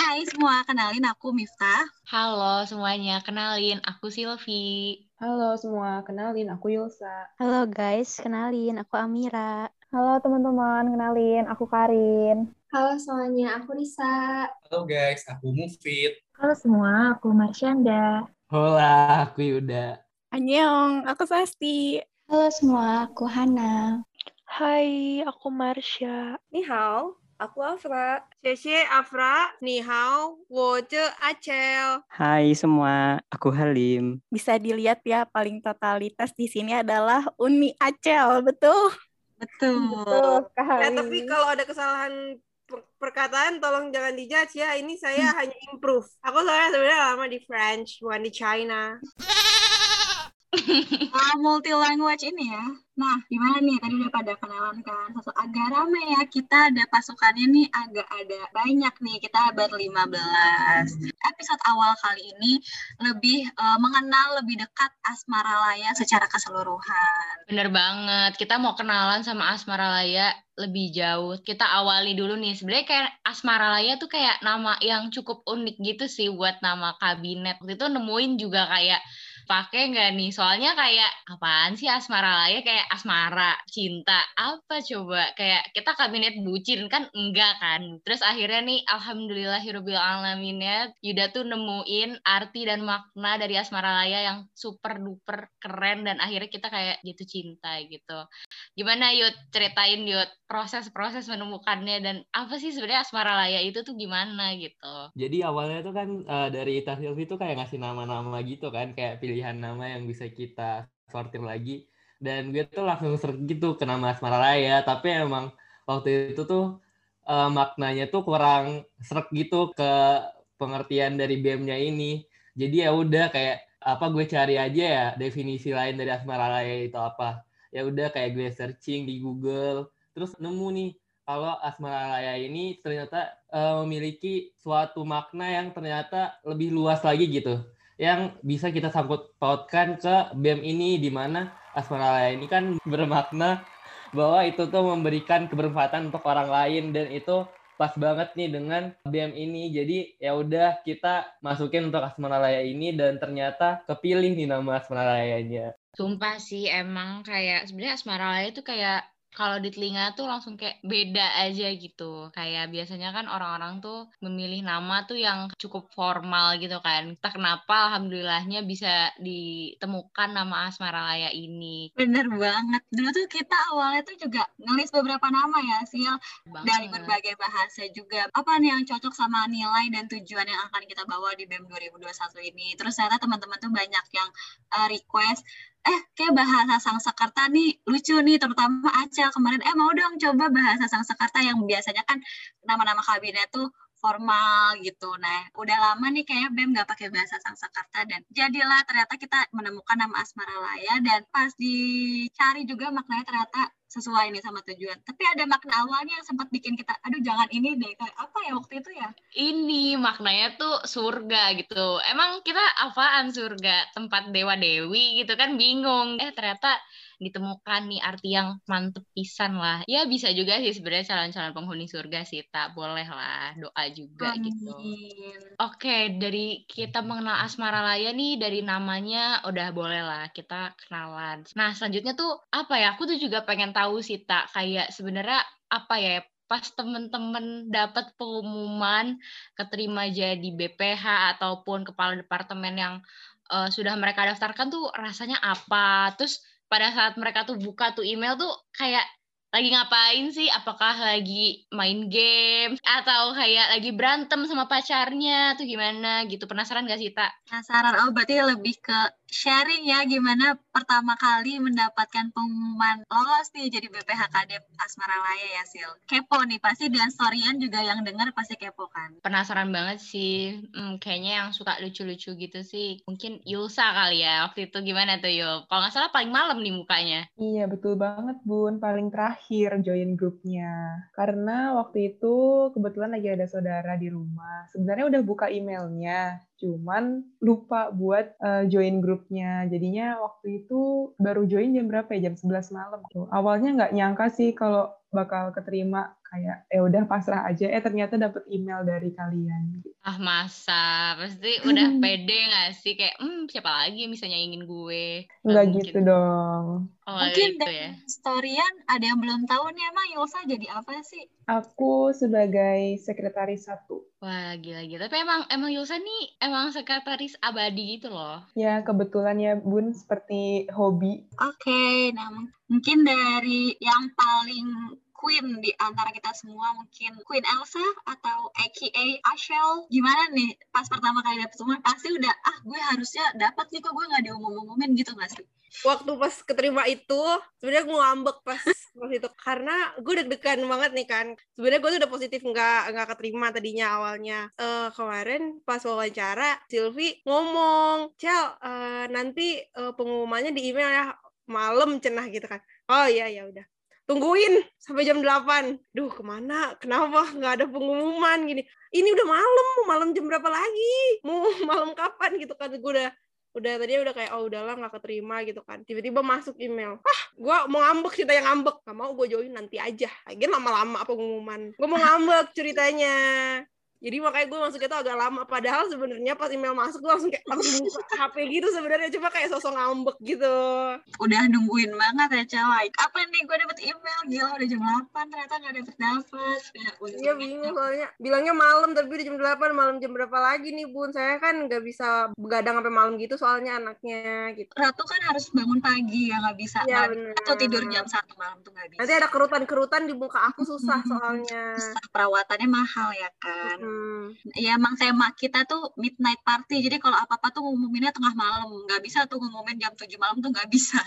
Hai semua, kenalin aku Miftah. Halo semuanya, kenalin aku Silvi. Halo semua, kenalin aku Yulsa. Halo guys, kenalin aku Amira. Halo teman-teman, kenalin aku Karin. Halo semuanya, aku Risa. Halo guys, aku Mufid. Halo semua, aku Marsyanda. Hola, aku Yuda. Annyeong, aku Sasti. Halo semua, aku Hana. Hai, aku Marsha. Ni hao, aku Afra. Xie Afra. Ni hao, wo zhe Acel. Hai semua, aku Halim. Bisa dilihat ya, paling totalitas di sini adalah Uni Acel, betul? Betul. Tapi kalau ada kesalahan perkataan tolong jangan dijudge ya. Ini saya hanya improve. Aku soalnya sebenarnya lama di French, bukan di China. Multi language ini ya. Nah, gimana nih? Tadi udah pada kenalan kan. Agak rame ya. Kita ada pasukannya nih, agak ada banyak nih. Kita ber-15. Episode awal kali ini lebih mengenal lebih dekat Asmara Laya secara keseluruhan. Bener banget. Kita mau kenalan sama Asmara Laya lebih jauh. Kita awali dulu nih. Sebenarnya kayak Asmara Laya tuh kayak nama yang cukup unik gitu sih buat nama kabinet. Waktu itu nemuin juga kayak pakai nggak nih? Soalnya kayak apaan sih Asmara Laya, kayak asmara, cinta, apa coba? Kayak kita kabinet bucin kan enggak kan? Terus akhirnya nih alhamdulillahirabbil alamin ya, Yuda tuh nemuin arti dan makna dari Asmara Laya yang super duper keren dan akhirnya kita kayak gitu cinta gitu. Gimana Yud? Ceritain Yud proses-proses menemukannya dan apa sih sebenarnya Asmara Laya itu tuh gimana gitu. Jadi awalnya tuh kan dari Ita Silvi tuh kayak ngasih nama-nama gitu kan, kayak pilihan nama yang bisa kita sortir lagi. Dan gue tuh langsung search gitu ke nama Asmara Laya, tapi emang waktu itu tuh maknanya tuh kurang serak gitu ke pengertian dari BEM-nya ini. Jadi ya udah kayak apa, gue cari aja ya definisi lain dari Asmara Laya itu apa. Ya udah kayak gue searching di Google, terus nemu nih kalau Asmara Laya ini ternyata memiliki suatu makna yang ternyata lebih luas lagi gitu, yang bisa kita sangkut pautkan ke BEM ini, di mana Asmara Laya ini kan bermakna bahwa itu tuh memberikan kebermanfaatan untuk orang lain, dan itu pas banget nih dengan BEM ini. Jadi ya udah kita masukin untuk Asmara Laya ini dan ternyata kepilih nih nama Asmara Layanya. Sumpah sih emang kayak sebenarnya Asmara Laya itu kayak kalau di telinga tuh langsung kayak beda aja gitu. Kayak biasanya kan orang-orang tuh memilih nama tuh yang cukup formal gitu kan. Entah kenapa alhamdulillahnya bisa ditemukan nama Asmara Laya ini. Bener banget. Dulu tuh kita awalnya tuh juga ngelis beberapa nama ya, Sil. Dari berbagai bahasa juga. Apa nih yang cocok sama nilai dan tujuan yang akan kita bawa di BEM 2021 ini. Terus ternyata teman-teman tuh banyak yang request, kayak bahasa Sangsekerta nih lucu nih, terutama Acel kemarin, mau dong coba bahasa Sangsekerta yang biasanya kan nama-nama kabinet tuh formal gitu. Nah, udah lama nih kayak BEM nggak pakai bahasa Sangsekerta dan jadilah ternyata kita menemukan nama Asmara Laya, dan pas dicari juga maknanya ternyata sesuai nih sama tujuan. Tapi ada makna awalnya yang sempat bikin kita, aduh jangan ini deh, kayak apa ya waktu itu ya? Ini maknanya tuh surga gitu. Emang kita apaan surga? Tempat dewa-dewi gitu kan, bingung. Ternyata ditemukan nih arti yang mantep pisan lah. Ya bisa juga sih sebenarnya calon-calon penghuni surga sih, tak boleh lah doa juga. Amin. Gitu. Oke, dari kita mengenal Asmara Laya nih, dari namanya udah boleh lah kita kenalan. Nah selanjutnya tuh apa ya? Aku tuh juga pengen tahu sih tak, kayak sebenarnya apa ya, pas temen-temen dapat pengumuman keterima jadi BPH ataupun kepala departemen yang sudah mereka daftarkan tuh rasanya apa? Terus pada saat mereka tuh buka tuh email tuh kayak lagi ngapain sih? Apakah lagi main game atau kayak lagi berantem sama pacarnya tuh gimana gitu? Penasaran gak sih Tak? Penasaran. Oh berarti lebih ke sharing ya, gimana pertama kali mendapatkan pengumuman lolos nih jadi BPH Kadep Asmara Laya ya Sil. Kepo nih pasti, dan storyan juga yang denger pasti kepo kan. Penasaran banget sih. Kayaknya yang suka lucu-lucu gitu sih mungkin Yulsa kali ya. Waktu itu gimana tuh Yul? Kalau nggak salah paling malam nih mukanya. Iya betul banget Bun, paling terakhir join grupnya. Karena waktu itu kebetulan lagi ada saudara di rumah. Sebenarnya udah buka emailnya, cuman lupa buat join grupnya. Jadinya waktu itu baru join jam berapa ya? Jam 11 malam. Awalnya nggak nyangka sih kalau bakal keterima kayak ya udah pasrah aja, ternyata dapet email dari kalian. Ah masa, pasti udah pede gak sih? Kayak, siapa lagi yang bisa nyaingin gue? Nggak mungkin. gitu dong. Oh, Mungkin gitu dari ya. historian ada yang belum tahu nih, emang Yulsa jadi apa sih? Aku sebagai sekretaris 1. Wah, gila-gila. Tapi emang Yulsa nih emang sekretaris abadi gitu loh. Ya, kebetulan ya Bun, seperti hobi. Oke, nah mungkin dari yang paling Queen di antara kita semua, mungkin Queen Elsa atau aka Ashel. Gimana nih pas pertama kali dapet semua, pasti udah gue harusnya dapat nih, kok gue nggak diumum-umumin gitu nggak sih? Waktu pas keterima itu sebenarnya gue ngambek pas itu karena gue deg-degan banget nih kan. Sebenarnya gue tuh udah positif nggak keterima tadinya awalnya. Kemarin pas wawancara Silvi ngomong, Cel, nanti pengumumannya di email ya malam cenah gitu kan. Oh iya ya udah. Tungguin sampai jam 8. Duh, kemana? Kenapa nggak ada pengumuman gini? Ini udah malam jam berapa lagi? Mau malam kapan gitu kan? Gue udah tadinya udah kayak udahlah nggak keterima gitu kan. Tiba-tiba masuk email. Gue mau ngambek, cerita yang ngambek. Gak mau, gue join nanti aja. Lagian lama-lama pengumuman. Gue mau ngambek ceritanya. Jadi makanya gue masuknya tuh agak lama. Padahal sebenarnya pas email masuk gue langsung buka HP gitu sebenarnya. Cuma kayak sosok ngambek gitu. Udah nungguin banget ya, Cel. Kapan nih gue dapet email? Gila, udah jam 8 ternyata gak dapet. Iya bingung soalnya. Bilangnya malam tapi udah jam 8. Malam jam berapa lagi nih Bun? Saya kan gak bisa begadang sampai malam gitu soalnya anaknya gitu. Ratu kan harus bangun pagi ya, gak bisa. Iya bener. Atau tidur jam 1 malam tuh gak bisa. Nanti ada kerutan-kerutan di muka aku susah soalnya. Susah, perawatannya mahal ya kan. Ya emang tema kita tuh midnight party. Jadi kalau apa-apa tuh ngumuminnya tengah malam. Gak bisa tuh ngumumin jam 7 malam tuh gak bisa.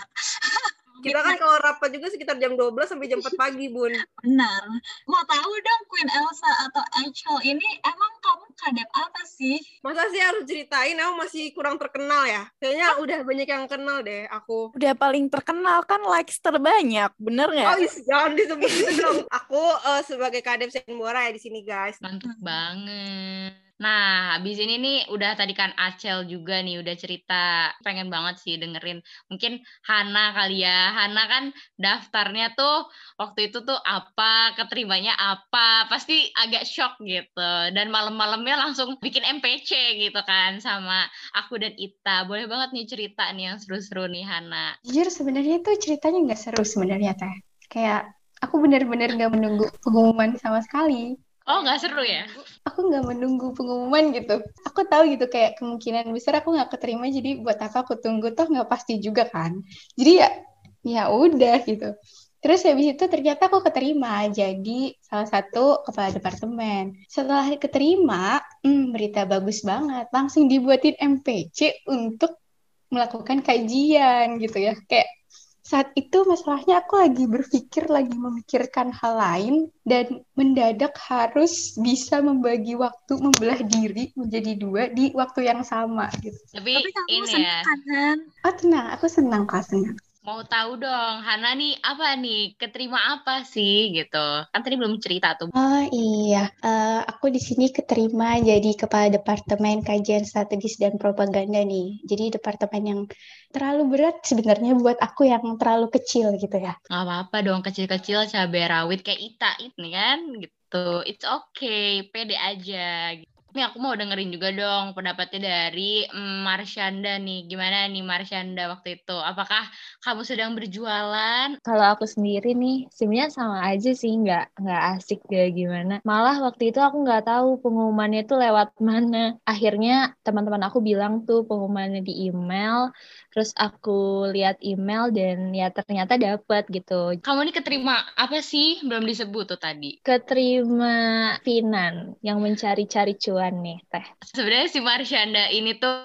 Kita kan kalau rapat juga sekitar jam 12 sampai jam 4 pagi, Bun. Benar. Mau tahu dong Queen Elsa atau Ashel ini emang kamu kadep apa sih? Masa sih harus ceritain? Aku masih kurang terkenal ya? Kayaknya udah banyak yang kenal deh aku. Udah paling terkenal kan, likes terbanyak, bener nggak? Oh, jangan disebut gitu dong. Aku sebagai kadep Senbora ya di sini, guys. Mantap banget. Nah, habis ini nih udah tadi kan Acel juga nih udah cerita. Pengen banget sih dengerin. Mungkin Hana kali ya. Hana kan daftarnya tuh waktu itu tuh apa, keterimanya apa. Pasti agak shock gitu. Dan malam-malamnya langsung bikin MPC gitu kan sama aku dan Ita. Boleh banget nih cerita nih yang seru-seru nih Hana. Jujur sebenarnya tuh ceritanya nggak seru sebenarnya Teh. Kayak aku benar-benar nggak menunggu pengumuman sama sekali. Oh, nggak seru ya? Aku nggak menunggu pengumuman gitu. Aku tahu gitu kayak kemungkinan besar aku nggak keterima, jadi buat apa aku tunggu, toh nggak pasti juga kan. Jadi ya udah gitu. Terus habis itu ternyata aku keterima jadi salah satu kepala departemen. Setelah keterima, berita bagus banget. Langsung dibuatin MPC untuk melakukan kajian gitu ya. Kayak saat itu masalahnya aku lagi memikirkan hal lain dan mendadak harus bisa membagi waktu, membelah diri menjadi 2 di waktu yang sama gitu. Tapi kamu ini senang ya. kan? Oh tenang, aku senang kok, senang. Mau tahu dong, Hana nih apa nih, keterima apa sih gitu? Kan tadi belum cerita tuh. Oh iya, aku di sini keterima jadi kepala departemen kajian strategis dan propaganda nih. Jadi departemen yang terlalu berat sebenarnya buat aku yang terlalu kecil gitu ya. Nggak apa-apa dong, kecil-kecil cabai rawit kayak Ita ini kan gitu. It's okay, pede aja. Nih aku mau dengerin juga dong pendapatnya dari Marsyanda nih. Gimana nih Marsyanda waktu itu? Apakah kamu sedang berjualan? Kalau aku sendiri nih, sebenarnya sama aja sih, nggak asik kayak gimana. Malah waktu itu aku nggak tahu pengumumannya tuh lewat mana. Akhirnya teman-teman aku bilang tuh pengumumannya di email, terus aku lihat email dan ya ternyata dapet gitu. Kamu nih keterima apa sih? Belum disebut tuh tadi. Keterima Finan yang mencari-cari cuan nih Teh. Sebenarnya si Marsyanda ini tuh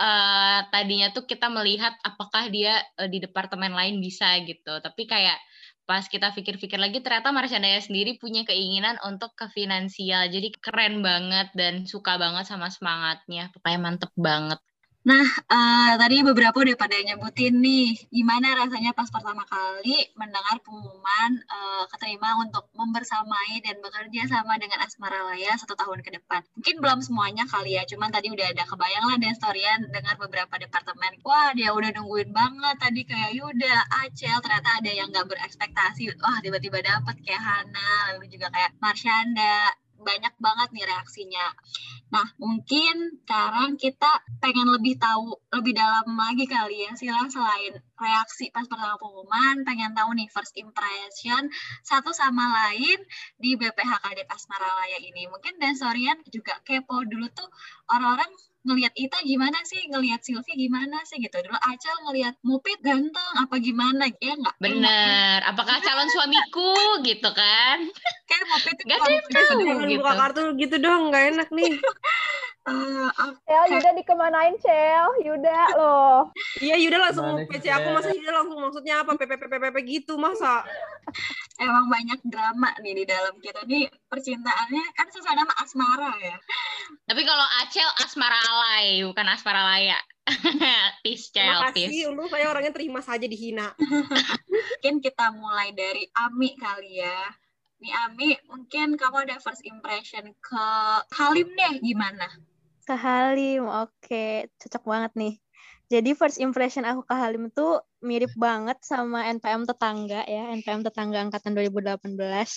tadinya tuh kita melihat apakah dia di departemen lain bisa gitu. Tapi kayak pas kita pikir-pikir lagi ternyata Marsyanda sendiri punya keinginan untuk ke finansial. Jadi keren banget dan suka banget sama semangatnya. Pokoknya mantep banget. Nah, tadi beberapa udah pada nyebutin nih, gimana rasanya pas pertama kali mendengar pengumuman keterima untuk membersamai dan bekerja sama dengan Asmara Laya 1 tahun ke depan. Mungkin belum semuanya kali ya, cuman tadi udah ada kebayang lah dan storyan dengar beberapa departemen. Wah, dia udah nungguin banget tadi kayak Yuda, Acel, ternyata ada yang nggak berekspektasi. Wah, tiba-tiba dapet kayak Hana, lalu juga kayak Marsyanda. Banyak banget nih reaksinya. Nah, mungkin sekarang kita pengen lebih tahu lebih dalam lagi kali ya, Sila, selain reaksi pas pertama pengumuman, pengen tahu nih first impression satu sama lain di BPHKD Asmara Laya ini. Mungkin dan Sorian juga kepo dulu tuh orang-orang ngelihat Ita gimana sih, ngelihat Silvi gimana sih gitu. Dulu Acel ngelihat Mupit ganteng apa gimana, ya nggak? Bener, apakah calon suamiku gitu kan? Kayak Mupit itu gak tahu Jangan gitu. buka kartu gitu dong, nggak enak nih. Cel, Yuda dikemanain, Cel? Yuda loh. Iya, Yuda langsung Gimana sih, PC aku, Cel? masa Yuda langsung maksudnya apa? PPPPP gitu, masa? Emang banyak drama nih di dalam kita nih, percintaannya kan sesuai nama Asmara ya. Tapi kalau Acel Asmara Alay, bukan Asmara Laya. Peace, Cel, Terima peace. kasih, untung saya orangnya terima saja dihina. Mungkin kita mulai dari Ami kali ya. Nih Ami, mungkin kamu ada first impression ke Halim deh, gimana? Ke Halim, oke. Cocok banget nih. Jadi first impression aku ke Halim tuh mirip banget sama NPM tetangga ya, NPM tetangga angkatan 2018,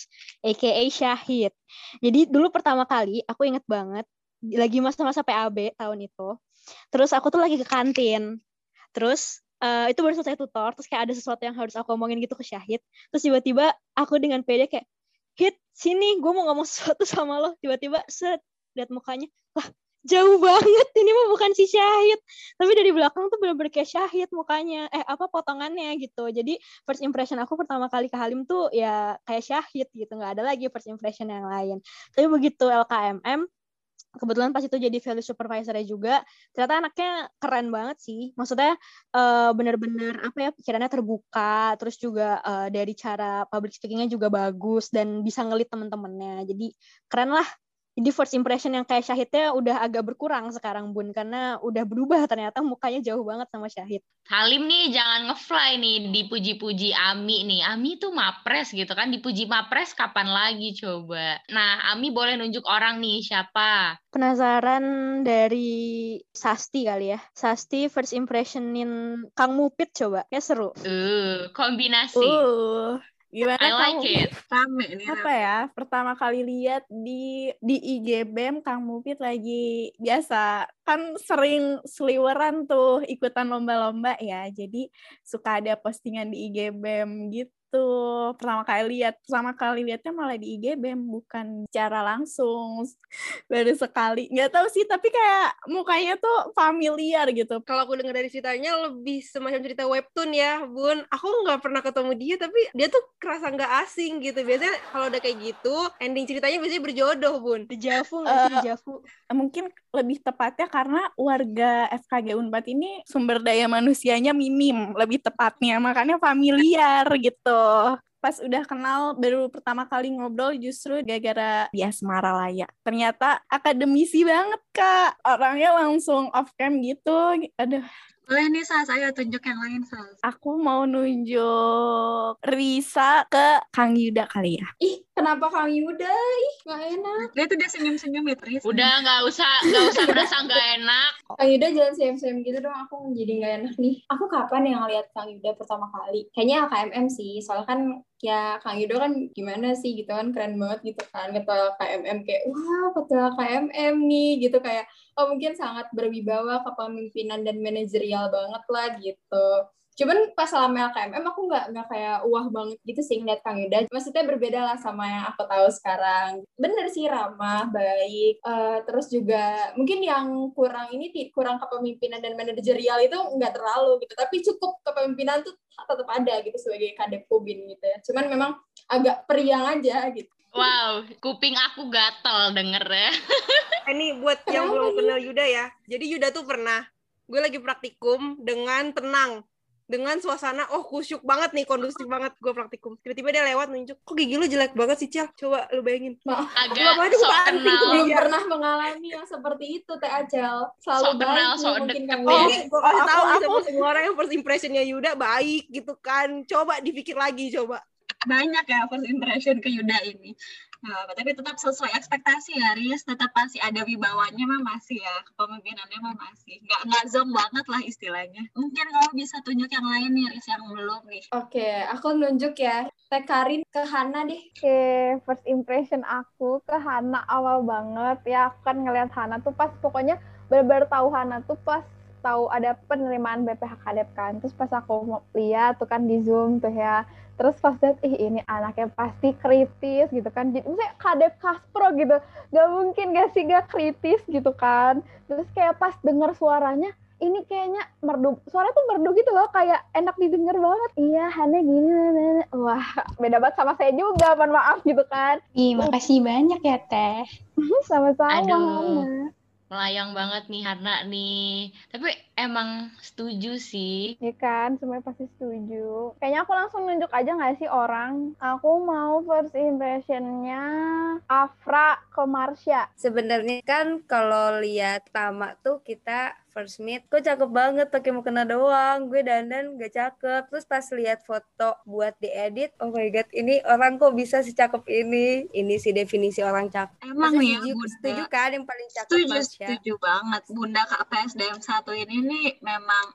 aka Syahid. Jadi dulu pertama kali, aku inget banget, lagi masa-masa PAB tahun itu, terus aku tuh lagi ke kantin, terus itu baru selesai tutor, terus kayak ada sesuatu yang harus aku omongin gitu ke Syahid, terus tiba-tiba aku dengan pede kayak, Hit, sini, gue mau ngomong sesuatu sama lo, tiba-tiba set, lihat mukanya, lah, jauh banget, ini mah bukan si Syahid, tapi dari belakang tuh bener-bener kayak Syahid mukanya, potongannya gitu. Jadi first impression aku pertama kali ke Halim tuh ya kayak Syahid gitu, nggak ada lagi first impression yang lain. Tapi begitu LKMM, kebetulan pas itu jadi value supervisor-nya juga, ternyata anaknya keren banget sih. Maksudnya bener-bener pikirannya terbuka, terus juga dari cara public speaking-nya juga bagus dan bisa ngelit temen-temennya. Jadi keren lah. Jadi first impression yang kayak Syahidnya udah agak berkurang sekarang, Bun, karena udah berubah ternyata mukanya jauh banget sama Syahid. Halim nih jangan ngefly nih dipuji-puji Ami nih. Ami tuh mapres gitu kan, dipuji mapres kapan lagi coba. Nah, Ami boleh nunjuk orang nih, siapa? Penasaran dari Sasti kali ya. Sasti first impressionin Kang Mupit coba, kayak seru. Kombinasi. Gimana I like kamu? it. Rame nih. Apa ya? Pertama kali lihat di IG BEM Kang Mupit lagi biasa kan sering seliweran tuh ikutan lomba-lomba ya. Jadi suka ada postingan di IG BEM gitu. Pertama kali lihatnya malah di IG BEM, bukan secara langsung. Baru sekali. Nggak tahu sih, tapi kayak mukanya tuh familiar gitu. Kalau aku dengar dari ceritanya lebih semacam cerita webtoon ya, Bun. Aku nggak pernah ketemu dia, tapi dia tuh kerasa nggak asing gitu. Biasanya kalau udah kayak gitu, ending ceritanya biasanya berjodoh, Bun. Dejavu nggak sih, dejavu? Mungkin lebih tepatnya karena warga FKG Unpad ini sumber daya manusianya minim, lebih tepatnya. Makanya familiar gitu. Pas udah kenal, baru pertama kali ngobrol justru gara-gara di Asmara Laya. Ternyata akademisi banget, Kak. Orangnya langsung off-cam gitu. Aduh. Boleh nih, Sas. Ayo tunjuk yang lain, Sas. Aku mau nunjuk Risa ke Kang Yuda kali ya. Ih, kenapa Kang Yuda? Ih, nggak enak. Dia tuh dia senyum-senyum ya, Tris. Udah, nggak usah merasa nggak enak. Kang Yuda jangan senyum-senyum gitu dong, aku jadi nggak enak nih. Aku kapan yang ngeliat Kang Yuda pertama kali? Kayaknya KMM sih, soalnya kan ya Kang Yuda kan gimana sih gitu kan, keren banget gitu kan, ketua KMM kayak wah ketua KMM nih gitu, kayak oh mungkin sangat berwibawa, kepemimpinan dan manajerial banget lah gitu. Cuman pas selama KMM aku nggak kayak wah banget gitu sih ngeliat Kang Yuda. Maksudnya berbeda lah sama yang aku tahu sekarang. Bener sih, ramah, baik. Terus juga mungkin yang kurang kepemimpinan dan manajerial itu nggak terlalu gitu. Tapi cukup kepemimpinan tuh tetap ada gitu sebagai kadep Kubin gitu ya. Cuman memang agak periang aja gitu. Wow, kuping aku gatel denger ya. Ini buat yang belum kenal Yuda ya. Jadi Yuda tuh pernah, gue lagi praktikum dengan tenang. dengan suasana kusyuk banget nih, kondusif banget gue praktikum. Tiba-tiba dia lewat nunjuk, kok gigi lu jelek banget sih Cel, coba lu bayangin. Agak sok kenal. Belum pernah mengalami yang seperti itu Teh Acel. Selalu sok kenal, baik sok mungkin deket kamu. ya. Gue kasih tahu nih sama semua orang yang first impressionnya Yuda baik gitu kan. Coba dipikir lagi coba. Banyak ya first impression ke Yuda ini. Nah, tapi tetap sesuai ekspektasi ya, Riz. Tetap pasti ada wibawanya mah masih ya. Kepemimpinannya mah masih. Nggak zong banget lah istilahnya. Mungkin kalau bisa tunjuk yang lain nih, Riz, yang belum nih. Oke, aku nunjuk ya. Teh Karin ke Hana deh. Oke, first impression aku ke Hana awal banget. Ya, aku kan ngeliat Hana tuh pas, pokoknya bener-bener tahu Hana tuh pas tahu ada penerimaan BPH Kadep kan. Terus pas aku mau lihat tuh kan di Zoom tuh ya. Terus pas lihat, ini anaknya pasti kritis gitu kan. Jadi misalnya Kadep Kaspro gitu. Gak mungkin gak sih gak kritis gitu kan. Terus kayak pas denger suaranya, ini kayaknya merdu. Suara tuh merdu gitu loh, kayak enak didengar banget. Iya, Hana gini. Wah, beda banget sama saya juga, mohon maaf gitu kan. Ih, makasih banyak ya Teh. Sama-sama, Aduh. Hana. Melayang banget nih Hana nih. Tapi emang setuju sih. Iya kan, semuanya pasti setuju. Kayaknya aku langsung nunjuk aja nggak sih orang? Aku mau first impression-nya Afra ke Marsha. Sebenarnya kan kalau lihat Tama tuh kita first meet, kok cakep banget pakai mukena doang, gue dandan gak cakep. Terus pas lihat foto buat diedit, oh my god, ini orang kok bisa secakep ini. Ini sih definisi orang cakep. Emang ya, setuju kan yang paling cakep Marsha? Setuju banget. Bunda KPSDM 1 ini nih memang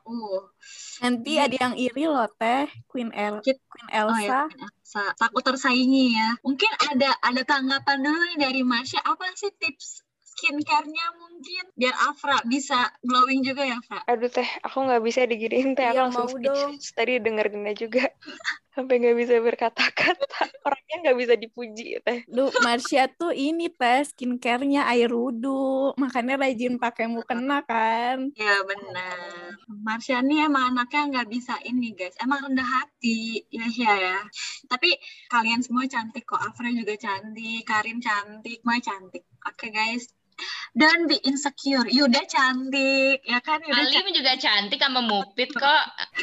Nanti ada yang iri loh Teh, Queen Elsa. Oh ya, Queen Elsa. Takut tersaingi ya. Mungkin ada tanggapan dulu nih dari Marsha, apa sih tips skincare-nya mungkin biar Afra bisa glowing juga ya, Afra? Aduh Teh, aku nggak bisa diginiin Teh, aku langsung speechless. Tadi denger Dinda juga. Sampai nggak bisa berkata-kata. Orangnya nggak bisa dipuji Teh. Duh, Marsha tuh ini Teh, skincare-nya air wudhu. Makanya rajin pakai mukena kan. Ya benar. Marsha nih emang anaknya nggak bisa ini guys. Emang rendah hati. Ya. Tapi kalian semua cantik kok. Afra juga cantik. Karin cantik. Semua cantik. Oke guys. Don't be insecure. Yuda cantik. Ya kan? Alim juga cantik sama Mupit kok.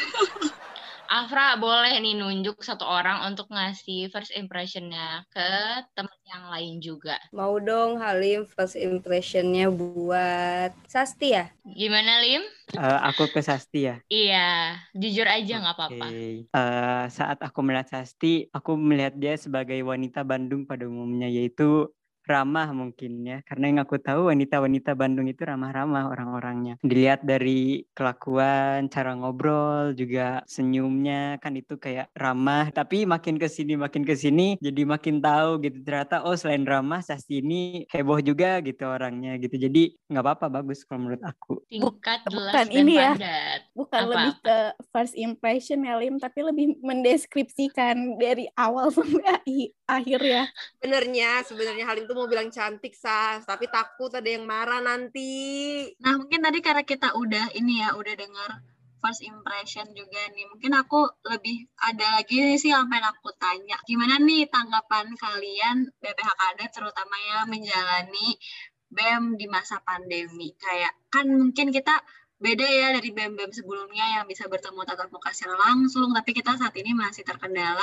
Afra boleh nih nunjuk satu orang untuk ngasih first impression-nya ke teman yang lain juga. Mau dong Halim first impression-nya buat Sasti ya? Gimana Lim? Aku ke Sasti ya? Iya, jujur aja nggak apa-apa. Saat aku melihat Sasti, aku melihat dia sebagai wanita Bandung pada umumnya, yaitu ramah mungkin ya, karena yang aku tahu wanita-wanita Bandung itu ramah-ramah orang-orangnya. Dilihat dari kelakuan, cara ngobrol, juga senyumnya kan itu kayak ramah. Tapi makin kesini jadi makin tahu gitu, ternyata selain ramah Sasti ini heboh juga gitu orangnya gitu. Jadi nggak apa-apa, bagus kalau menurut aku. Singkat, jelas, bukan dan ini ya, padat. bukan lebih ke first impression ya Lim, tapi lebih mendeskripsikan dari awal sampai akhir ya. Sebenarnya Halim tuh mau bilang cantik tapi takut ada yang marah nanti. Nah mungkin tadi karena kita udah dengar first impression juga nih, mungkin aku lebih ada lagi sih yang pengen aku tanya, gimana nih tanggapan kalian BPH Kadep terutama ya menjalani BEM di masa pandemi. Kayak kan mungkin kita beda ya dari BEM-BEM sebelumnya yang bisa bertemu tatap muka secara langsung, tapi kita saat ini masih terkendala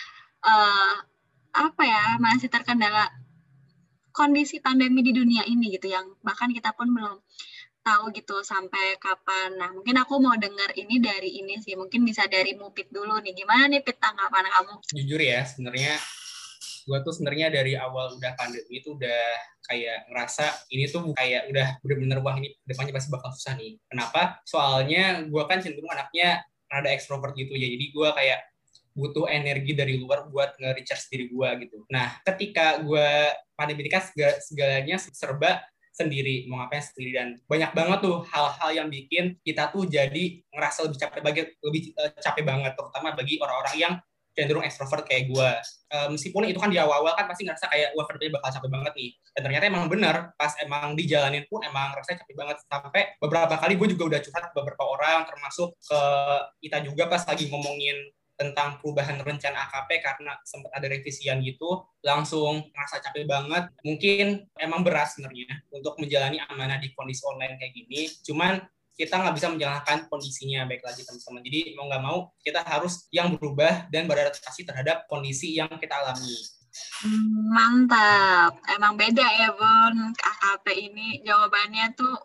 masih terkendala kondisi pandemi di dunia ini gitu, yang bahkan kita pun belum tahu gitu sampai kapan. Nah mungkin aku mau dengar ini dari ini sih, mungkin bisa dari Mupit dulu nih. Gimana nih Pit tanggapan kamu? Jujur ya, gue tuh sebenarnya dari awal udah pandemi itu udah kayak ngerasa ini tuh kayak udah bener-bener wah ini depannya pasti bakal susah nih. Kenapa? Soalnya gue kan cenderung anaknya rada ekstrovert gitu ya, jadi gue kayak butuh energi dari luar buat nge-recharge diri gue gitu. Nah, ketika gue pandemi ini kan segalanya serba sendiri, mau ngapain sendiri, dan banyak banget tuh hal-hal yang bikin kita tuh jadi ngerasa lebih capek banget, terutama bagi orang-orang yang cenderung ekstrovert kayak gue. Meskipun itu kan di awal-awal kan pasti ngerasa kayak wah kerjanya bakal capek banget nih, dan ternyata emang bener, pas emang dijalanin pun emang rasanya capek banget, sampai beberapa kali gue juga udah curhat ke beberapa orang, termasuk ke kita juga pas lagi ngomongin tentang perubahan rencana AKP karena sempat ada revisian gitu, langsung ngerasa capek banget. Mungkin emang berat sebenarnya untuk menjalani amanah di kondisi online kayak gini. Cuman kita nggak bisa menjalankan kondisinya. Baik lagi teman-teman. Jadi mau nggak mau kita harus yang berubah dan beradaptasi terhadap kondisi yang kita alami. Mantap. Emang beda ya, Bun. AKP ini jawabannya tuh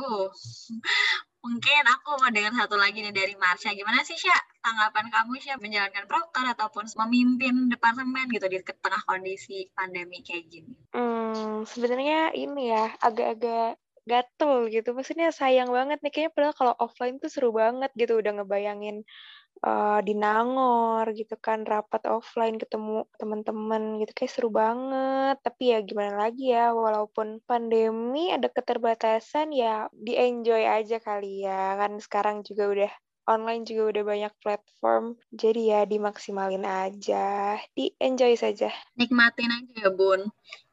mungkin aku mau dengar satu lagi nih dari Marsha. Gimana sih, Sya? Tanggapan kamu, Sya, menjalankan proker ataupun memimpin departemen gitu di tengah kondisi pandemi kayak gini? Sebenarnya ini ya, agak-agak gatel gitu. Maksudnya sayang banget nih. Kayaknya padahal kalau offline tuh seru banget gitu. Udah ngebayangin di Nangor gitu kan, rapat offline ketemu teman-teman gitu, kayak seru banget. Tapi ya gimana lagi ya, walaupun pandemi ada keterbatasan ya di-enjoy aja kali ya. Kan sekarang juga udah online juga udah banyak platform, jadi ya dimaksimalin aja, di-enjoy saja. Nikmatin aja ya, Bun.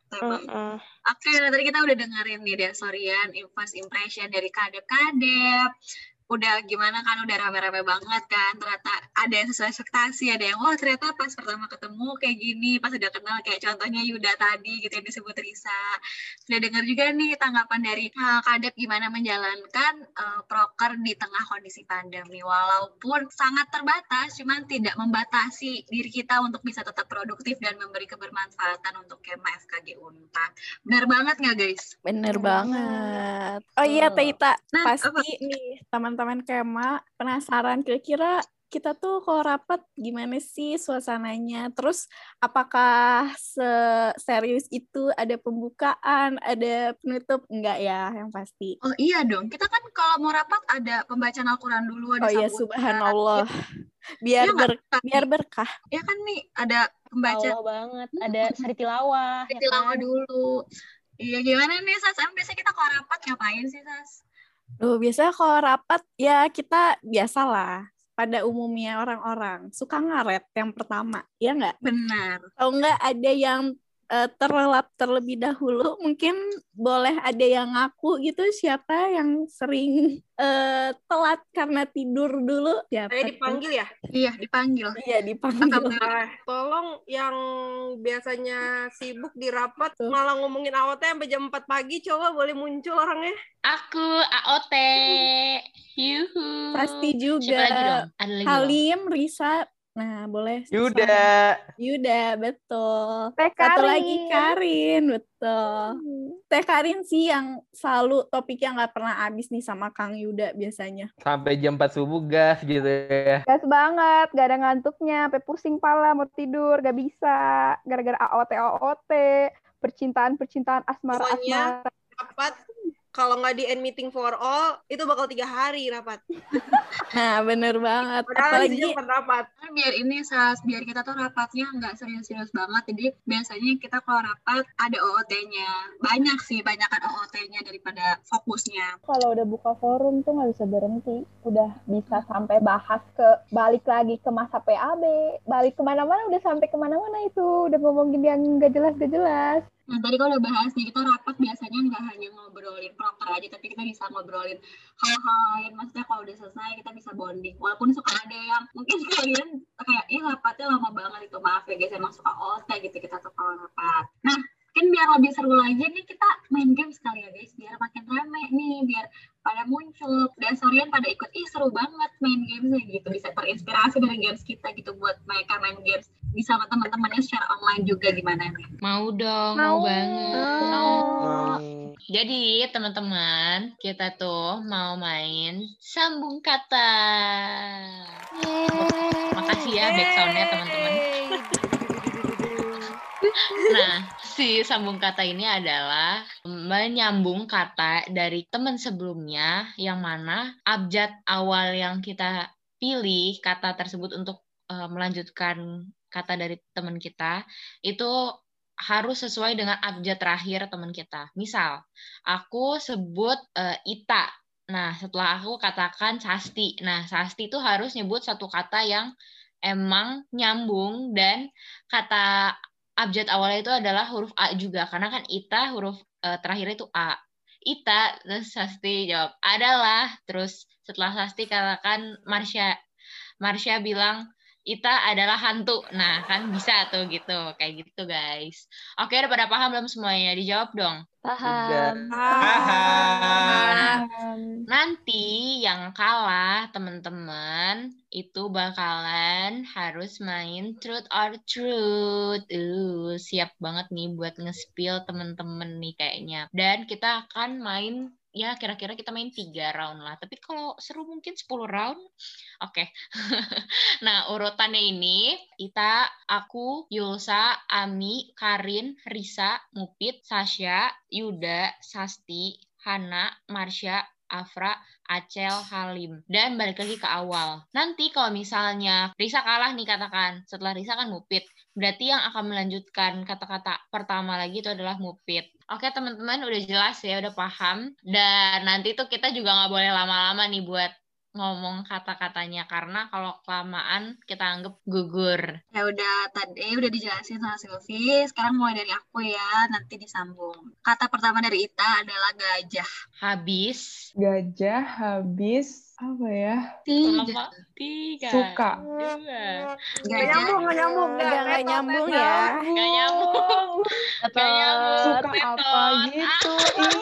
Oke, tadi kita udah dengerin nih Desorian, first impression dari kadep-kadep. Udah gimana kan, udah rame-rame banget kan, ternyata ada yang sesuai ekspektasi, ada yang wah ternyata pas pertama ketemu kayak gini, pas udah kenal kayak contohnya Yuda tadi gitu yang disebut Risa. Sudah dengar juga nih tanggapan dari kadep gimana menjalankan proker di tengah kondisi pandemi, walaupun sangat terbatas, cuman tidak membatasi diri kita untuk bisa tetap produktif dan memberi kebermanfaatan untuk Kema FKG Unpad. Benar banget nggak guys? Bener banget. Oh iya Taita, pasti nih teman-teman Kema penasaran kira-kira kita tuh kalau rapat gimana sih suasananya? Terus apakah serius itu ada pembukaan, ada penutup? Enggak ya, yang pasti. Oh iya dong, kita kan kalau mau rapat ada pembacaan Al-Quran dulu, ada iya, subhanallah. Biar berkah. Ya kan nih, ada pembaca. Allah banget, ada sari tilawah. Tilawah dulu. Iya, gimana nih Sas? Biasanya kita kalau rapat ngapain sih Sas? Biasanya kalau rapat ya kita biasalah. Pada umumnya orang-orang suka ngaret yang pertama, ya nggak? Benar. Atau nggak ada yang terlelap terlebih dahulu, mungkin boleh ada yang ngaku gitu, siapa yang sering telat karena tidur dulu? Saya dipanggil ya? Iya, dipanggil. Iya, dipanggil. Tolong yang biasanya sibuk di rapat malah ngomongin AOT sampai jam 4 pagi, coba boleh muncul orangnya? Aku AOT. Yuhu. Pasti juga. Siapa lagi dong? Ada lagi Halim, Risa. Nah, boleh. Yuda, betul. Satu lagi Karin, betul. Teh Karin sih yang selalu topiknya nggak pernah habis nih sama Kang Yuda biasanya. Sampai jam 4 subuh gas gitu ya. Gas banget, gak ada ngantuknya, sampai pusing pala mau tidur, gak bisa. Gara-gara AOT, percintaan asmara. Rapat, kalau nggak di end meeting for all, itu bakal 3 hari rapat. Nah, bener banget. Apalagi rapat. Biar kita tuh rapatnya nggak serius-serius banget. Jadi biasanya kita kalau rapat ada OOT-nya. Banyak sih, banyakan OOT-nya daripada fokusnya. Kalau udah buka forum tuh nggak bisa berhenti. Udah bisa sampai bahas balik lagi ke masa PAB. Balik kemana-mana, udah sampai kemana-mana itu. Udah ngomongin yang nggak jelas. Nah, tadi kalau udah bahas nih, kita rapat biasanya nggak hanya ngobrolin proker aja, tapi kita bisa ngobrolin hal-hal lain. Maksudnya kalau udah selesai, kita bisa bonding. Walaupun suka ada yang mungkin kalian kayak, rapatnya lama banget itu. Maaf ya guys, emang suka OT gitu kita tuh kalau rapat. Nah, mungkin biar lebih seru lagi nih, kita main game sekali ya guys, biar makin rame nih, biar pada muncul. Desorian pada ikut, seru banget main gamesnya gitu. Bisa terinspirasi dari games kita gitu buat mereka main games. Bisa sama teman-temannya secara online juga, gimana nih? Mau dong, mau banget. Jadi teman-teman, kita tuh mau main sambung kata. Makasih ya backsound-nya teman-teman. Nah, si sambung kata ini adalah menyambung kata dari teman sebelumnya, yang mana abjad awal yang kita pilih kata tersebut untuk melanjutkan kata dari teman kita itu harus sesuai dengan abjad terakhir teman kita. Misal, aku sebut Ita. Nah, setelah aku katakan Sasti. Nah, Sasti itu harus nyebut satu kata yang emang nyambung, dan kata abjad awalnya itu adalah huruf A juga. Karena kan Ita huruf terakhir itu A. Ita, terus Sasti jawab adalah. Terus setelah Sasti katakan Marsha. Marsha bilang Ita adalah hantu. Nah, kan bisa tuh gitu. Kayak gitu, guys. Oke, udah pada paham belum semuanya? Dijawab dong. Paham. Nah, nanti yang kalah teman-teman itu bakalan harus main truth or truth. Siap banget nih buat nge-spill teman-teman nih kayaknya. Dan kita akan main, ya kira-kira kita main 3 round lah. Tapi kalau seru mungkin 10 round. Oke. Nah, urutannya ini Ita, aku, Yulsa, Ami, Karin, Risa, Mupit, Sasha, Yuda, Sasti, Hana, Marsha, Afra, Acel, Halim. Dan balik lagi ke awal. Nanti kalau misalnya Risa kalah nih katakan, setelah Risa kan Mupit. Berarti yang akan melanjutkan kata-kata pertama lagi itu adalah Mupit. Oke teman-teman, udah jelas ya, udah paham. Dan nanti tuh kita juga nggak boleh lama-lama nih buat ngomong kata-katanya, karena kalau kelamaan kita anggap gugur. Ya udah, tadi udah dijelasin sama Silvi, sekarang mulai dari aku ya, nanti disambung. Kata pertama dari Ita adalah gajah. Habis. Gajah habis apa ya? Tiga. Suka. Gak nyambung ya. Gak nyambung. Suka apa gitu?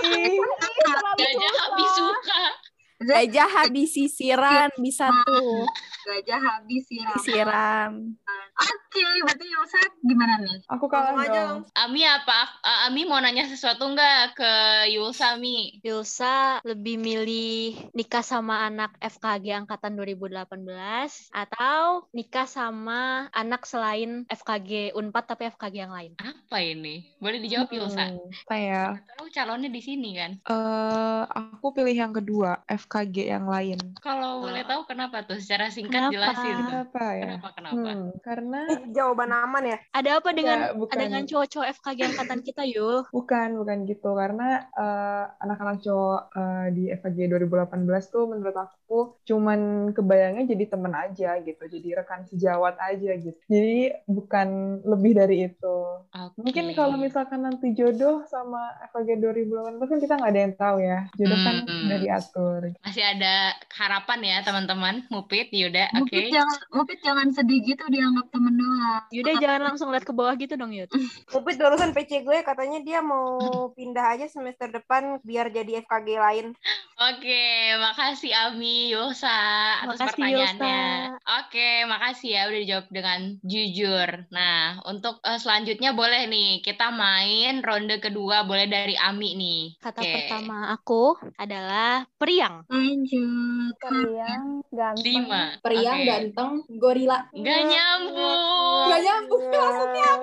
Gajah habis suka. Gajah habis sisiran bisa tuh. Gajah habis siram. Oke, berarti Yulsa gimana nih? Aku kalah dong. Ami apa? Ami mau nanya sesuatu nggak ke Yulsa, Mi? Yulsa lebih milih nikah sama anak FKG angkatan 2018 atau nikah sama anak selain FKG Unpad tapi FKG yang lain? Apa ini? Boleh dijawab Yulsa? Apa ya? Tahu calonnya di sini kan? Aku pilih yang kedua, FKG yang lain. Kalau boleh tahu kenapa tuh? Secara singkat jelasin. Kenapa ya? Kenapa? Karena jawaban aman ya. Ada apa dengan bukan. dengan cowok-cowok FKG angkatan kita, Yul? Bukan gitu. Karena anak-anak cowok di FKG 2018 tuh menurut aku cuman kebayangnya jadi temen aja gitu. Jadi rekan sejawat aja gitu. Jadi bukan lebih dari itu. Okay. Mungkin kalau misalkan nanti jodoh sama FKG 2018 kan kita nggak ada yang tahu ya. Jodoh kan udah diatur. Masih ada harapan ya teman-teman. Mupit, Yuda, oke. Mupit jangan sedih gitu dianggap temen doang. Yuda jangan langsung lihat ke bawah gitu dong, Yud. Mupit barusan PC gue katanya dia mau pindah aja semester depan biar jadi FKG lain. Oke, makasih Ami, Yulsa atas pertanyaannya. Oke, makasih ya udah dijawab dengan jujur. Nah, untuk selanjutnya boleh nih kita main ronde kedua, boleh dari Ami nih. Kata pertama aku adalah periang. Lanjut. Periang, ganteng. 5. Periang, ganteng, gorila. Gak nyambung. Gak nyambung, maksudnya apa?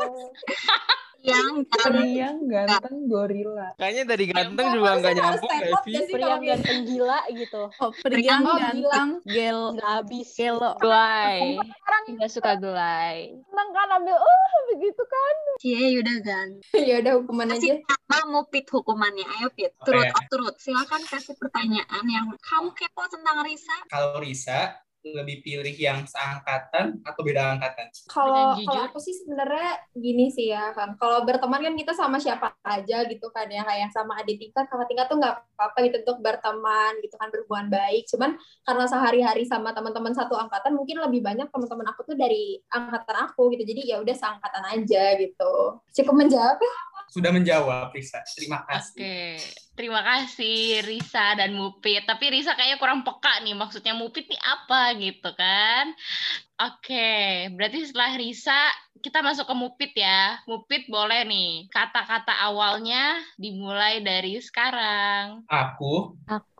Periang, ganteng, gorila. Kayaknya dari ganteng juga nggak nyambung, Evi. Periang ganteng gila gitu. Oh, periang ganteng, habis. Gelo. Gulai. Nggak suka gulai. Seneng kan ambil, begitu kan. Cie, Yuda gan. Ya udah hukuman aja. Mau Pit hukumannya, ayo Pit. Turut. Silakan kasih pertanyaan yang kamu kepo tentang Risa. Kalau Risa lebih pilih yang seangkatan atau beda angkatan? Kalau aku sih sebenarnya gini sih ya kan, kalau berteman kan kita sama siapa aja gitu kan ya, kayak sama adik tingkat, kakak tingkat tuh nggak apa-apa gitu untuk berteman gitu kan, berhubungan baik. Cuman karena sehari-hari sama teman-teman satu angkatan, mungkin lebih banyak teman-teman aku tuh dari angkatan aku gitu, jadi ya udah seangkatan aja gitu. Cukup menjawab ya? Sudah menjawab Risa, terima kasih. Oke, terima kasih Risa dan Mupit. Tapi Risa kayaknya kurang peka nih, maksudnya Mupit nih apa gitu kan. Oke, berarti setelah Risa kita masuk ke Mupit ya. Mupit boleh nih, kata-kata awalnya dimulai dari sekarang. Aku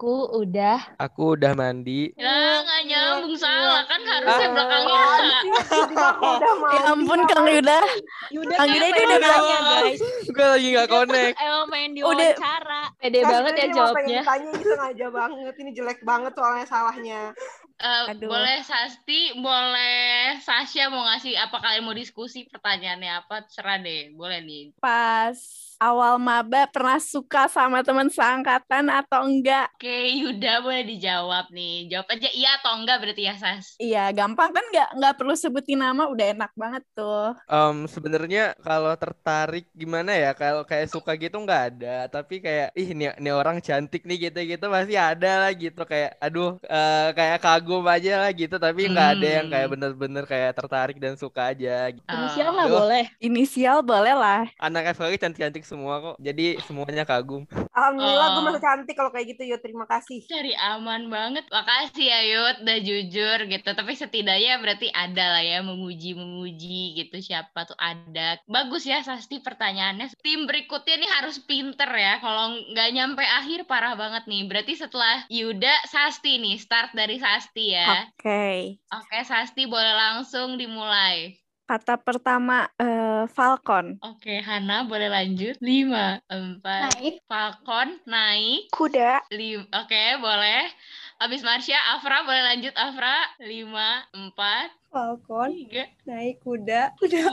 udah mandi. Ya, nggak nyambung, salah kan harusnya belakangnya. Ya ampun Kang Yuda. Kang Yuda ini udah nanya, guys. Gue lagi nggak connect. Emang main diwawancara. Pede banget ya jawabnya. Tanya gitu aja banget. Ini jelek banget soalnya salahnya. Boleh Sasti, boleh Sasha mau ngasih apa, kalian mau diskusi pertanyaannya apa, terserah deh, boleh nih. Pas awal maba pernah suka sama teman seangkatan atau enggak? Oke, Yuda boleh dijawab nih, jawab aja iya atau enggak berarti ya Sas. Iya, gampang kan, nggak perlu sebutin nama, udah enak banget tuh. Sebenarnya kalau tertarik gimana ya, kalau kayak suka gitu nggak ada, tapi kayak ih ini orang cantik nih gitu pasti ada lah gitu, kayak aduh kayak kagum kagum aja lah gitu, tapi nggak ada yang kayak bener-bener kayak tertarik dan suka aja. Inisial nggak Duh, boleh. Inisial boleh lah. anak FKG cantik-cantik semua kok, jadi semuanya kagum. Alhamdulillah gue merasa cantik kalau kayak gitu, Yud. Terima kasih. Cari aman banget. Makasih ya Yud, udah jujur gitu. Tapi setidaknya berarti ada lah ya memuji-memuji gitu. Siapa tuh ada. Bagus ya Sasti pertanyaannya. Tim berikutnya nih harus pinter ya. Kalau nggak nyampe akhir parah banget nih. Berarti setelah Yuda, Sasti nih. Start dari Sasti ya. Oke. Oke, Sasti boleh langsung dimulai. Kata pertama Falcon. Oke, Hana boleh lanjut. 5, 4. Naik. Falcon, naik. Kuda. Oke, boleh. Abis Marsha, Afra boleh lanjut. Afra. 5, 4. Falcon, 3. naik kuda.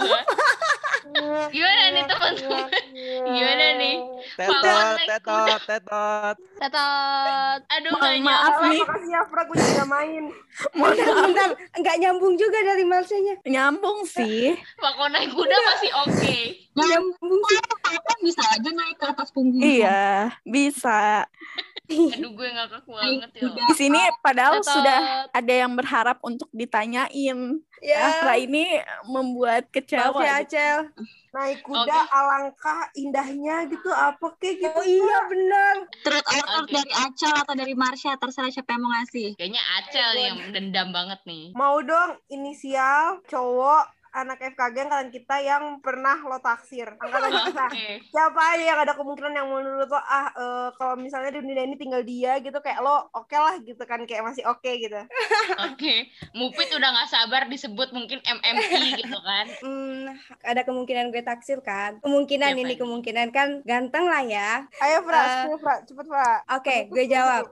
Gimana nih teman-teman? Gimana nih? Tetot. Tetot. Aduh, Maaf nih. Makasih Afra, gue juga nggak main. Bentar, nggak nyambung juga dari Marsanya. Nyambung sih. Kalau naik kuda masih oke. Nyambung sih, kan bisa aja naik ke atas punggung. Iya, bisa. Aduh, gue ngakak banget ya. Di sini padahal Tetot. sudah ada yang berharap untuk ditanyain. Ya. Afra ini membuat kecewa. Maaf ya, gitu. Acel. Naik kuda alangkah indahnya gitu, apa kayak gitu. Oh iya, benar. Truth or Dare dari Acel atau dari Marsha, terserah siapa yang mau ngasih. Kayaknya Acel nih yang dendam banget nih. Mau dong inisial cowok anak FKG angkatan kita yang pernah lo taksir. Angkatan kita. Siapa aja yang ada kemungkinan yang menurut lo kalau misalnya di dunia ini tinggal dia gitu kayak lo oke lah gitu kan, kayak masih oke gitu. Oke. Mupit udah gak sabar disebut mungkin MMP gitu kan. Ada kemungkinan gue taksir kan. Kemungkinan ini kemungkinan kan ganteng lah ya. Ayo Fra, cepet Fra. Oke, gue jawab.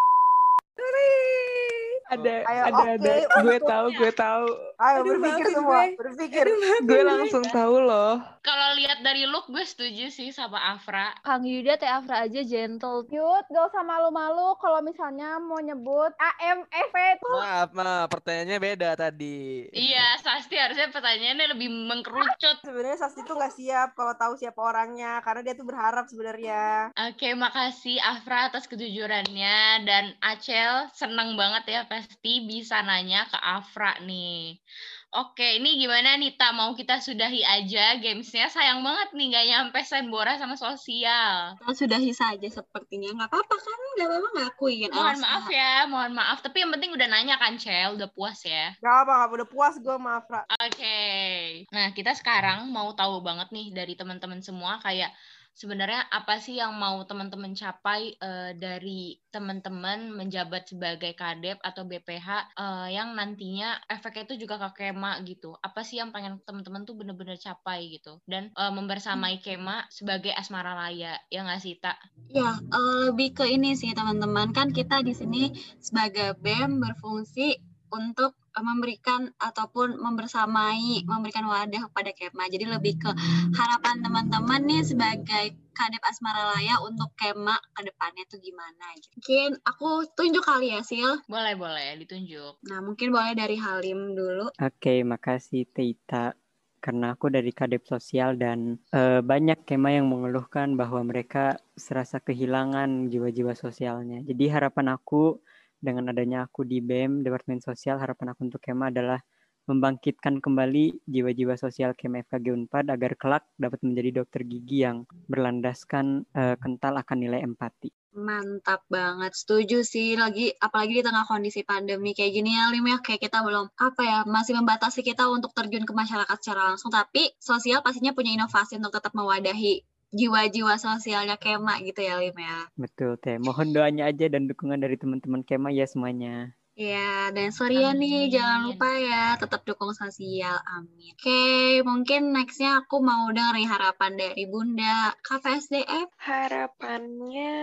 Ada, Ayo, gue tahu. Ayo Aduh, berpikir maafin semua, gue. berpikir. Gue langsung tahu loh. Kalau lihat dari look gue setuju sih sama Afra. Kang Yuda teh Afra aja gentle. Yud, gak usah malu-malu kalau misalnya mau nyebut AMFP tuh. Maaf, pertanyaannya beda tadi. Iya, Sasti harusnya pertanyaannya lebih mengkerucut. Sebenarnya Sasti tuh nggak siap kalau tahu siapa orangnya, karena dia tuh berharap sebenarnya. Oke, makasih Afra atas kejujurannya. Dan Acel, seneng banget ya pasti bisa nanya ke Afra nih. Oke, ini gimana Nita? Mau kita sudahi aja gamesnya? Sayang banget nih gak nyampe Senbora sama sosial. Kita sudahi saja sepertinya. Nggak apa-apa kan? Nggak apa-apa ngakuin. Mohon maaf ya, mohon maaf. Tapi yang penting udah nanya kan, Cel? Udah puas ya? Gak apa, udah puas gue sama Afra. Oke. Nah, kita sekarang mau tahu banget nih dari teman-teman semua kayak sebenarnya apa sih yang mau teman-teman capai dari teman-teman menjabat sebagai kadep atau BPH yang nantinya efeknya itu juga ke Kema gitu. Apa sih yang pengen teman-teman tuh bener-bener capai gitu. Dan membersamai Kema sebagai Asmara Raya. Ya nggak sih, Tak? Ya, lebih ke ini sih teman-teman. Kan kita di sini sebagai BEM berfungsi untuk memberikan ataupun membersamai, memberikan wadah kepada Kema. Jadi lebih ke harapan teman-teman nih sebagai Kadep Asmara Raya untuk Kema ke depannya tuh gimana. Mungkin aku tunjuk kali ya, Sil. Boleh, ditunjuk. Nah, mungkin boleh dari Halim dulu. Oke, makasih Teita. Karena aku dari Kadep Sosial dan banyak Kema yang mengeluhkan bahwa mereka serasa kehilangan jiwa-jiwa sosialnya. Jadi harapan aku dengan adanya aku di BEM, Departemen Sosial, harapan aku untuk Kema adalah membangkitkan kembali jiwa-jiwa sosial Kema FKG Unpad agar kelak dapat menjadi dokter gigi yang berlandaskan kental akan nilai empati. Mantap banget, setuju sih. Apalagi di tengah kondisi pandemi kayak gini ya, Lim ya, kayak kita belum masih membatasi kita untuk terjun ke masyarakat secara langsung. Tapi sosial pastinya punya inovasi untuk tetap mewadahi jiwa-jiwa sosialnya Kema gitu ya, Lim ya. Betul, Teh. Mohon doanya aja dan dukungan dari teman-teman Kema ya semuanya. Ya, dan sorry ya nih, jangan lupa ya, tetap dukung sosial, amin. Oke, mungkin nextnya aku mau dengar harapan dari Bunda KPSDF. Harapannya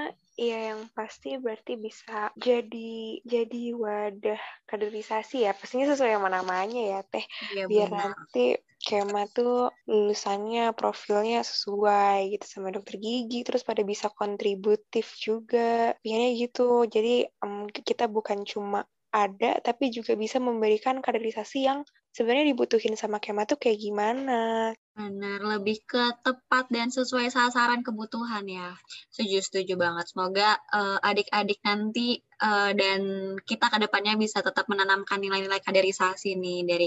ya yang pasti berarti bisa jadi wadah kaderisasi ya, pastinya sesuai sama namanya ya Teh. Ya, biar benar. nanti Kema tuh lulusannya profilnya sesuai gitu sama dokter gigi, terus pada bisa kontributif juga, pengennya gitu. Jadi kita bukan cuma ada tapi juga bisa memberikan kaderisasi yang sebenarnya dibutuhin sama Kema tuh kayak gimana. Benar, lebih ke tepat dan sesuai sasaran kebutuhan ya. Setuju banget. Semoga adik-adik nanti dan kita ke depannya bisa tetap menanamkan nilai-nilai kaderisasi nih dari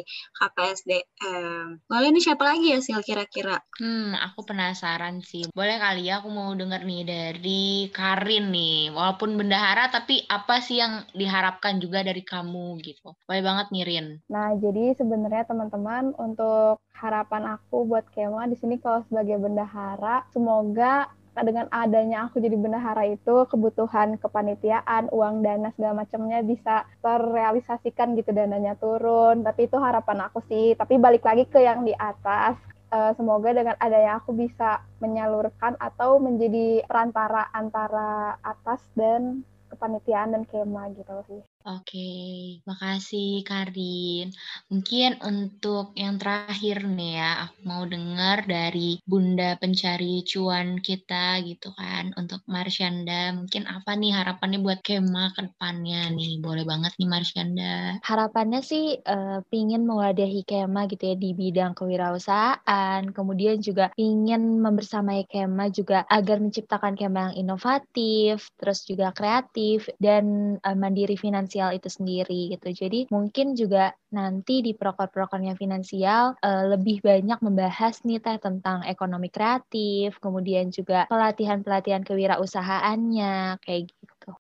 KPSDM. Boleh nih siapa lagi ya Sil kira-kira? Aku penasaran sih. Boleh kali ya aku mau denger nih dari Karin nih. Walaupun bendahara, tapi apa sih yang diharapkan juga dari kamu gitu. Boleh banget nih, Rin. Nah, jadi sebenarnya teman-teman untuk harapan aku buat Kema di sini kalau sebagai bendahara, semoga dengan adanya aku jadi bendahara itu kebutuhan kepanitiaan, uang dana segala macamnya bisa terrealisasikan gitu, dananya turun. Tapi itu harapan aku sih. Tapi balik lagi ke yang di atas. Semoga dengan adanya aku bisa menyalurkan atau menjadi perantara antara atas dan kepanitiaan dan Kema gitu sih. Oke, makasih Karin. Mungkin untuk yang terakhir nih ya, aku mau dengar dari Bunda pencari cuan kita gitu kan, untuk Marsyanda. Mungkin apa nih harapannya buat Kema ke depannya nih? Boleh banget nih Marsyanda. Harapannya sih pingin mewadahi Kema gitu ya di bidang kewirausahaan, kemudian juga pingin membersamai Kema juga agar menciptakan Kema yang inovatif, terus juga kreatif dan mandiri finansial itu sendiri gitu. Jadi mungkin juga nanti di proker-prokernya finansial lebih banyak membahas nih Teh tentang ekonomi kreatif, kemudian juga pelatihan-pelatihan kewirausahaannya kayak gitu.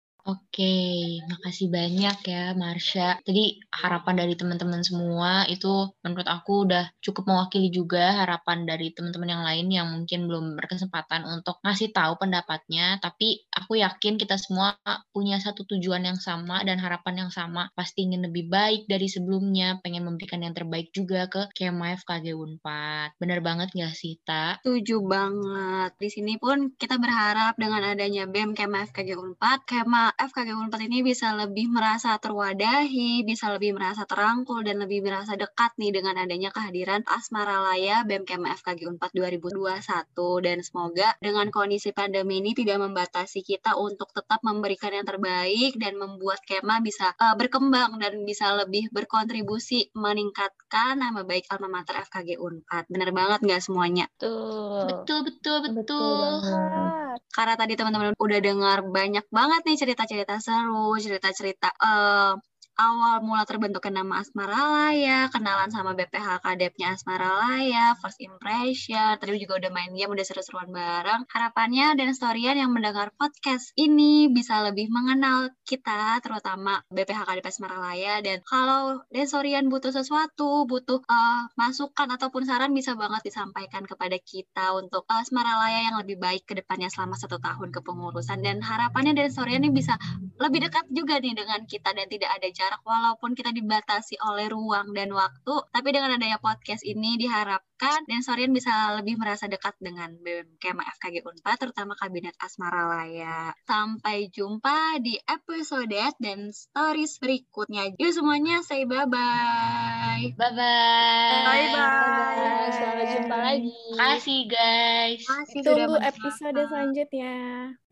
Oke, makasih banyak ya Marsha. Tadi harapan dari teman-teman semua itu menurut aku udah cukup mewakili juga harapan dari teman-teman yang lain yang mungkin belum berkesempatan untuk ngasih tahu pendapatnya. Tapi aku yakin kita semua punya satu tujuan yang sama dan harapan yang sama. Pasti ingin lebih baik dari sebelumnya, pengen memberikan yang terbaik juga ke Kema FKG Unpad. Bener banget gak sih, Ta? Setuju banget. Di sini pun kita berharap dengan adanya BEM Kema FKG Unpad, Kema FKG Unpad ini bisa lebih merasa terwadahi, bisa lebih merasa terangkul, dan lebih merasa dekat nih dengan adanya kehadiran Asmaralaya BEM Kema FKG Unpad 2021. Dan semoga dengan kondisi pandemi ini tidak membatasi kita untuk tetap memberikan yang terbaik dan membuat Kema bisa berkembang dan bisa lebih berkontribusi meningkatkan nama baik alma mater FKG Unpad. Bener banget nggak semuanya? Betul. Karena tadi teman-teman udah dengar banyak banget nih cerita-cerita seru, cerita-cerita awal mula terbentuknya nama Asmaralaya, kenalan sama BPH Kadepnya Asmaralaya, first impression, tadi juga udah main game, udah seru-seruan bareng. Harapannya Densorian yang mendengar podcast ini bisa lebih mengenal kita, terutama BPH Kadep Asmaralaya, dan kalau Densorian butuh sesuatu, butuh masukan ataupun saran, bisa banget disampaikan kepada kita untuk Asmaralaya yang lebih baik ke depannya selama 1 tahun kepengurusan. Dan harapannya Densorian ini bisa lebih dekat juga nih dengan kita dan tidak ada jarak walaupun kita dibatasi oleh ruang dan waktu, tapi dengan adanya podcast ini diharapkan Densorian bisa lebih merasa dekat dengan BEM Kema FKG Unpad, terutama Kabinet Asmaralaya. Sampai jumpa di episode dan stories berikutnya. Yuk semuanya say bye-bye. Bye-bye. Bye-bye. Sampai jumpa lagi. Makasih guys. Tunggu episode selanjutnya.